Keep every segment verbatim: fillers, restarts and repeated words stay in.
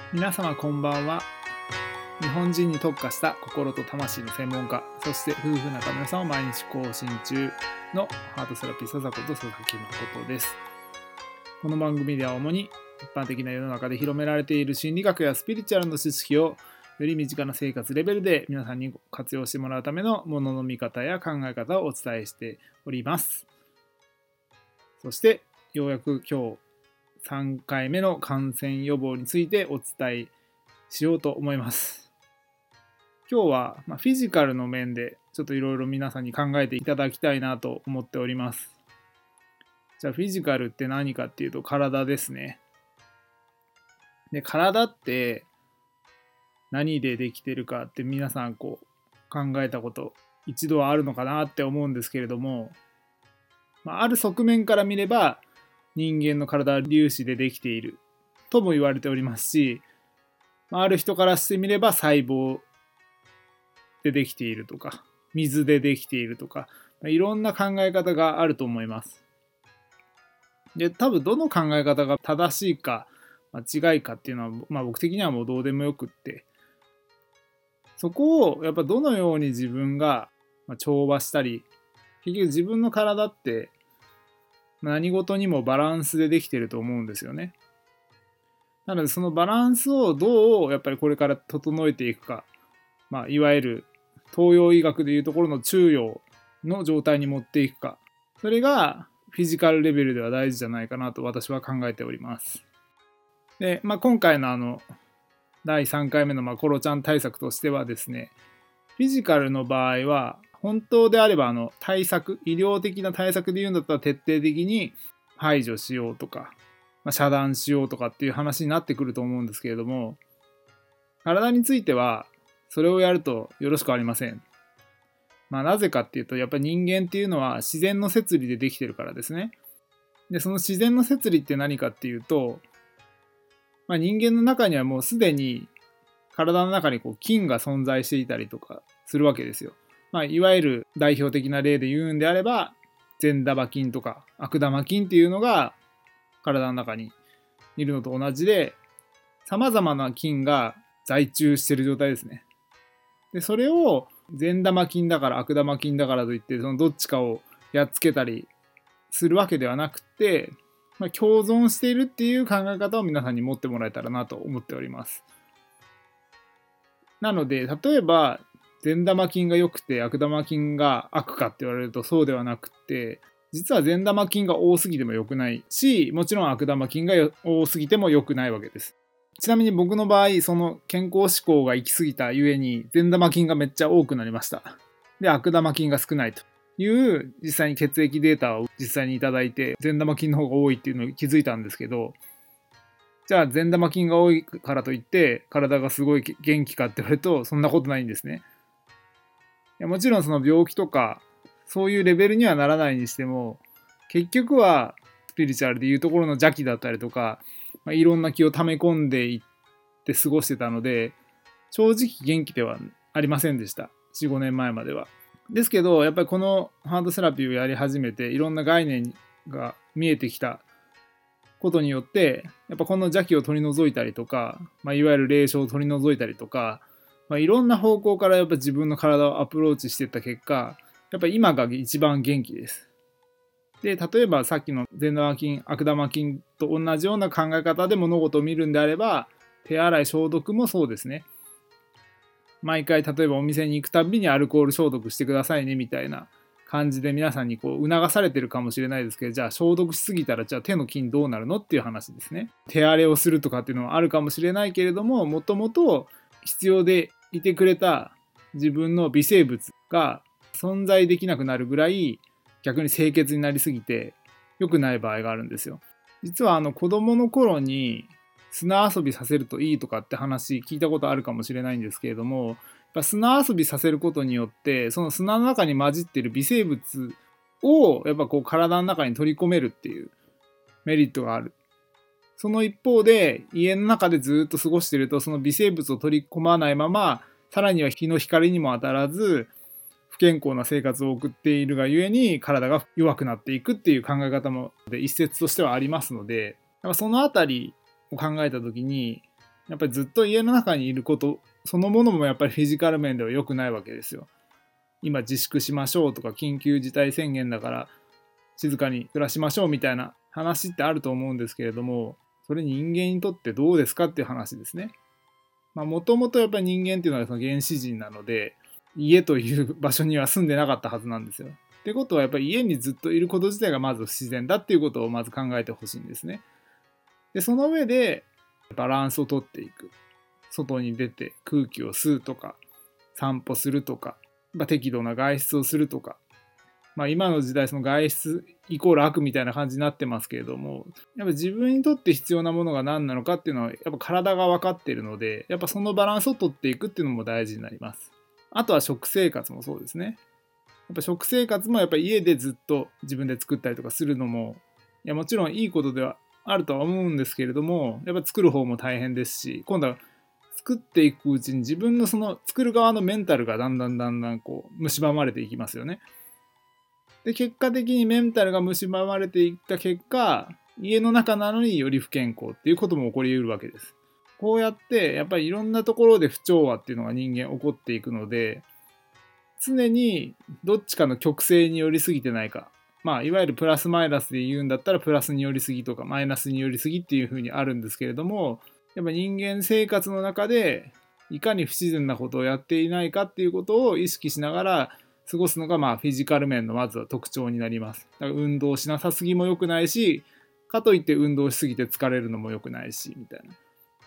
皆様こんばんは。日本人に特化した心と魂の専門家、そして夫婦仲の良さを毎日更新中のハートセラピスト佐藤と佐々木誠です。この番組では主に一般的な世の中で広められている心理学やスピリチュアルの知識をより身近な生活レベルで皆さんに活用してもらうためのものの見方や考え方をお伝えしております。そしてようやく今日さんかいめの感染予防についてお伝えしようと思います。今日はフィジカルの面でちょっといろいろ皆さんに考えていただきたいなと思っております。じゃあフィジカルって何かっていうと体ですね。で、体って何でできてるかって皆さんこう考えたこと一度はあるのかなって思うんですけれども、まあ、ある側面から見れば人間の体は粒子でできているとも言われておりますし、ある人からしてみれば細胞でできているとか水でできているとか、いろんな考え方があると思います。で、多分どの考え方が正しいか間違いかっていうのは、まあ、僕的にはもうどうでもよくって、そこをやっぱどのように自分が調和したり、結局自分の体って何事にもバランスでできてると思うんですよね。なのでそのバランスをどうやっぱりこれから整えていくか、まあ、いわゆる東洋医学でいうところの中庸の状態に持っていくか、それがフィジカルレベルでは大事じゃないかなと私は考えております。で、まあ、今回のあのだいさんかいめのまあコロちゃん対策としてはですね、フィジカルの場合は本当であればあの対策、医療的な対策で言うんだったら徹底的に排除しようとか、まあ、遮断しようとかっていう話になってくると思うんですけれども、体についてはそれをやるとよろしくありません。まあ、なぜかっていうと、やっぱり人間っていうのは自然の摂理でできてるからですね。で、その自然の摂理って何かっていうと、まあ、人間の中にはもうすでに体の中にこう菌が存在していたりとかするわけですよ。まあ、いわゆる代表的な例で言うんであれば、善玉菌とか悪玉菌っていうのが体の中にいるのと同じで、様々な菌が在中している状態ですね。で、それを善玉菌だから悪玉菌だからといってそのどっちかをやっつけたりするわけではなくて、まあ、共存しているっていう考え方を皆さんに持ってもらえたらなと思っております。なので例えば善玉菌が良くて悪玉菌が悪かって言われるとそうではなくて、実は善玉菌が多すぎても良くないし、もちろん悪玉菌が多すぎても良くないわけです。ちなみに僕の場合、その健康志向が行き過ぎたゆえに善玉菌がめっちゃ多くなりました。で、悪玉菌が少ないという実際に血液データを実際にいただいて、善玉菌の方が多いっていうのを気づいたんですけど、じゃあ善玉菌が多いからといって体がすごい元気かって言われるとそんなことないんですね。いや、もちろんその病気とかそういうレベルにはならないにしても、結局はスピリチュアルでいうところの邪気だったりとか、まあ、いろんな気を溜め込んでいって過ごしてたので、正直元気ではありませんでした。よん、ごねんまえまでは。ですけど、やっぱりこのハードセラピーをやり始めて、いろんな概念が見えてきたことによって、やっぱこの邪気を取り除いたりとか、まあ、いわゆる霊障を取り除いたりとか、まあ、いろんな方向からやっぱ自分の体をアプローチしていった結果、やっぱ今が一番元気です。で、例えばさっきの善玉菌、悪玉菌と同じような考え方で物事を見るんであれば、手洗い消毒もそうですね。毎回例えばお店に行くたびにアルコール消毒してくださいねみたいな感じで皆さんにこう促されてるかもしれないですけど、じゃあ消毒しすぎたらじゃあ手の菌どうなるのっていう話ですね。手荒れをするとかっていうのはあるかもしれないけれども、もともと必要でいてくれた自分の微生物が存在できなくなるぐらい逆に清潔になりすぎて良くない場合があるんですよ。実はあの子供の頃に砂遊びさせるといいとかって話聞いたことあるかもしれないんですけれども、やっぱ砂遊びさせることによってその砂の中に混じっている微生物をやっぱこう体の中に取り込めるっていうメリットがある。その一方で家の中でずっと過ごしているとその微生物を取り込まないまま、さらには日の光にも当たらず不健康な生活を送っているがゆえに体が弱くなっていくっていう考え方も一説としてはありますので、そのあたりを考えた時にやっぱりずっと家の中にいることそのものもやっぱりフィジカル面では良くないわけですよ。今自粛しましょうとか緊急事態宣言だから静かに暮らしましょうみたいな話ってあると思うんですけれども、それ人間にとってどうですかっていう話ですね。もともとやっぱり人間っていうのはその原始人なので、家という場所には住んでなかったはずなんですよ。ってことはやっぱり家にずっといること自体がまず不自然だっていうことをまず考えてほしいんですね。でその上でバランスをとっていく。外に出て空気を吸うとか散歩するとか、まあ、適度な外出をするとか、まあ、今の時代その外出イコール悪みたいな感じになってますけれども、やっぱ自分にとって必要なものが何なのかっていうのはやっぱ体が分かっているので、やっぱそのバランスをとっていくっていうのも大事になります。あとは食生活もそうですね。やっぱ食生活もやっぱ家でずっと自分で作ったりとかするのも、いやもちろんいいことではあるとは思うんですけれども、やっぱ作る方も大変ですし、今度は作っていくうちに自分のその作る側のメンタルがだんだんだんだんこう蝕まれていきますよね。で結果的にメンタルが蝕まれていった結果、家の中なのにより不健康っていうことも起こりうるわけです。こうやってやっぱりいろんなところで不調和っていうのが人間起こっていくので、常にどっちかの極性に寄りすぎてないか、まあいわゆるプラスマイナスで言うんだったらプラスに寄りすぎとかマイナスに寄りすぎっていう風にあるんですけれども、やっぱ人間生活の中でいかに不自然なことをやっていないかっていうことを意識しながら過ごすのがまあフィジカル面のまずは特徴になります。だから運動しなさすぎも良くないし、かといって運動しすぎて疲れるのも良くないしみたいな。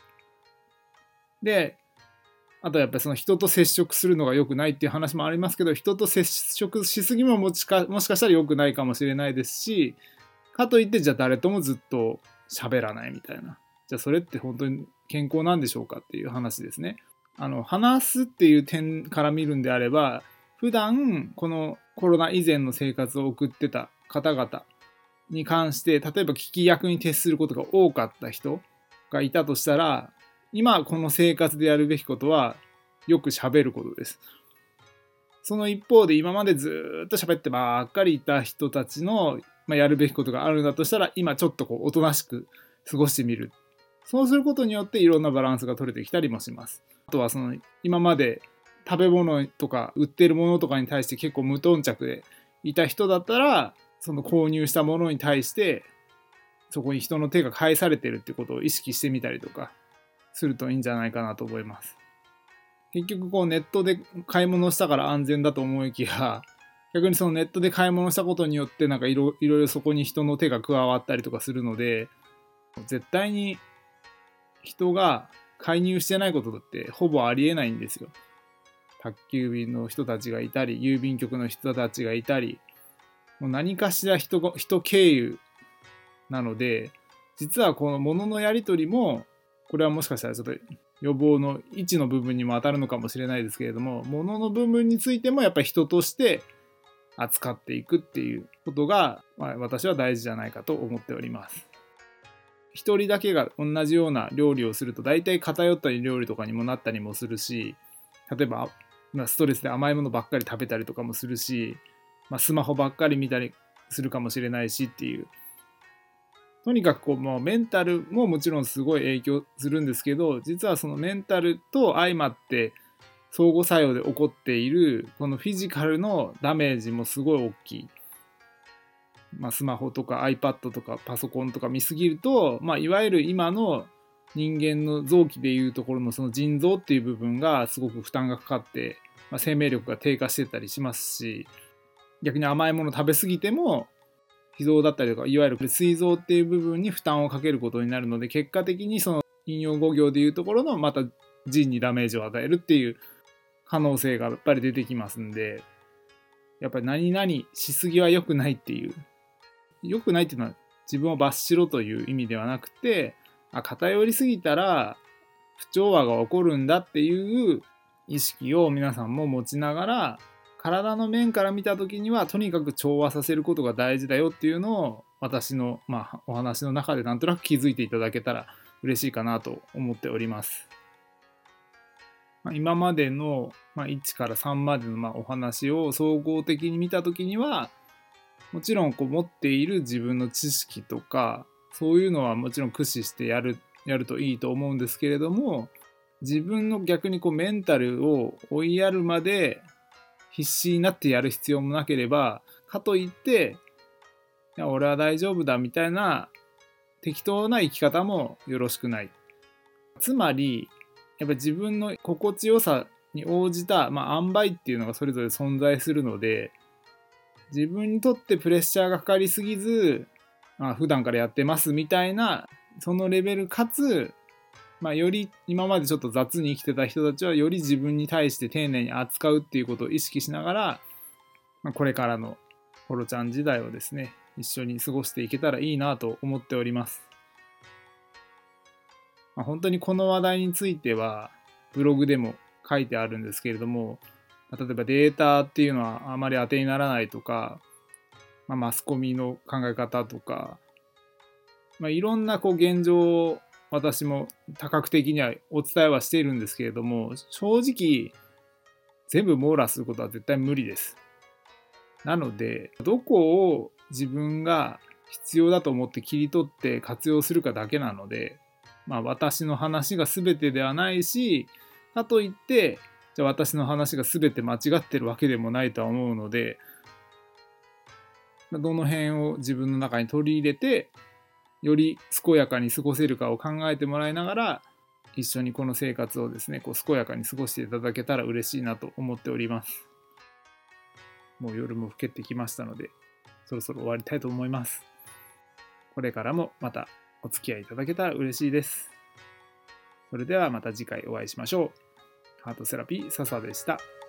で、あとやっぱりその人と接触するのが良くないっていう話もありますけど、人と接触しすぎももしか、もしかしたら良くないかもしれないですし、かといってじゃあ誰ともずっと喋らないみたいな。じゃあそれって本当に健康なんでしょうかっていう話ですね。あの話すっていう点から見るんであれば、普段このコロナ以前の生活を送ってた方々に関して、例えば聞き役に徹することが多かった人がいたとしたら、今この生活でやるべきことはよく喋ることです。その一方で今までずっと喋ってばっかりいた人たちの、まあ、やるべきことがあるんだとしたら、今ちょっとこうおとなしく過ごしてみる。そうすることによっていろんなバランスが取れてきたりもします。あとはその今まで食べ物とか売ってるものとかに対して結構無頓着でいた人だったら、その購入したものに対してそこに人の手が返されてるってことを意識してみたりとかするといいんじゃないかなと思います。結局こうネットで買い物したから安全だと思いきや、逆にそのネットで買い物したことによってなんかいろいろそこに人の手が加わったりとかするので、絶対に人が介入してないことだってほぼありえないんですよ。宅急便の人たちがいたり、郵便局の人たちがいたり、もう何かしら人が人経由なので、実はこの物のやり取りも、これはもしかしたらちょっと予防の位置の部分にも当たるのかもしれないですけれども、物の部分についてもやっぱり人として扱っていくっていうことが、まあ、私は大事じゃないかと思っております。一人だけが同じような料理をすると大体偏った料理とかにもなったりもするし、例えばストレスで甘いものばっかり食べたりとかもするし、まあ、スマホばっかり見たりするかもしれないしっていう、とにかくこうもうメンタルももちろんすごい影響するんですけど、実はそのメンタルと相まって相互作用で起こっているこのフィジカルのダメージもすごい大きい。まあ、スマホとか iPad とかパソコンとか見すぎると、まあ、いわゆる今の人間の臓器でいうところのその腎臓っていう部分がすごく負担がかかって、まあ、生命力が低下してたりしますし、逆に甘いもの食べ過ぎても脾臓だったりとか、いわゆる膵臓っていう部分に負担をかけることになるので、結果的にその引用語行でいうところのまた腎にダメージを与えるっていう可能性がやっぱり出てきますんで、やっぱり何々しすぎは良くないっていう、良くないっていうのは自分を罰しろという意味ではなくて、あ、偏りすぎたら不調和が起こるんだっていう意識を皆さんも持ちながら、体の面から見た時にはとにかく調和させることが大事だよっていうのを私の、まあ、お話の中でなんとなく気づいていただけたら嬉しいかなと思っております。まあ、今までの、まあ、いちからさんまでのまあお話を総合的に見た時には、もちろんこう持っている自分の知識とかそういうのはもちろん駆使してやるやるといいと思うんですけれども、自分の逆にこうメンタルを追いやるまで必死になってやる必要もなければ、かといっていや俺は大丈夫だみたいな適当な生き方もよろしくない。つまりやっぱ自分の心地よさに応じた、まあ、塩梅っていうのがそれぞれ存在するので、自分にとってプレッシャーがかかりすぎず、まあ、普段からやってますみたいなそのレベルかつ、まあ、より今までちょっと雑に生きてた人たちはより自分に対して丁寧に扱うっていうことを意識しながら、まあ、これからのコロちゃん時代をですね一緒に過ごしていけたらいいなと思っております。まあ、本当にこの話題についてはブログでも書いてあるんですけれども、例えばデータっていうのはあまり当てにならないとか、まあ、マスコミの考え方とか、まあ、いろんなこう現状を私も多角的にはお伝えはしているんですけれども、正直全部網羅することは絶対無理です。なのでどこを自分が必要だと思って切り取って活用するかだけなので、まあ、私の話が全てではないし、かといってじゃあ私の話が全て間違ってるわけでもないとは思うので、どの辺を自分の中に取り入れてより健やかに過ごせるかを考えてもらいながら、一緒にこの生活をですねこう健やかに過ごしていただけたら嬉しいなと思っております。もう夜も更けてきましたのでそろそろ終わりたいと思います。これからもまたお付き合いいただけたら嬉しいです。それではまた次回お会いしましょう。ハートセラピー笹でした。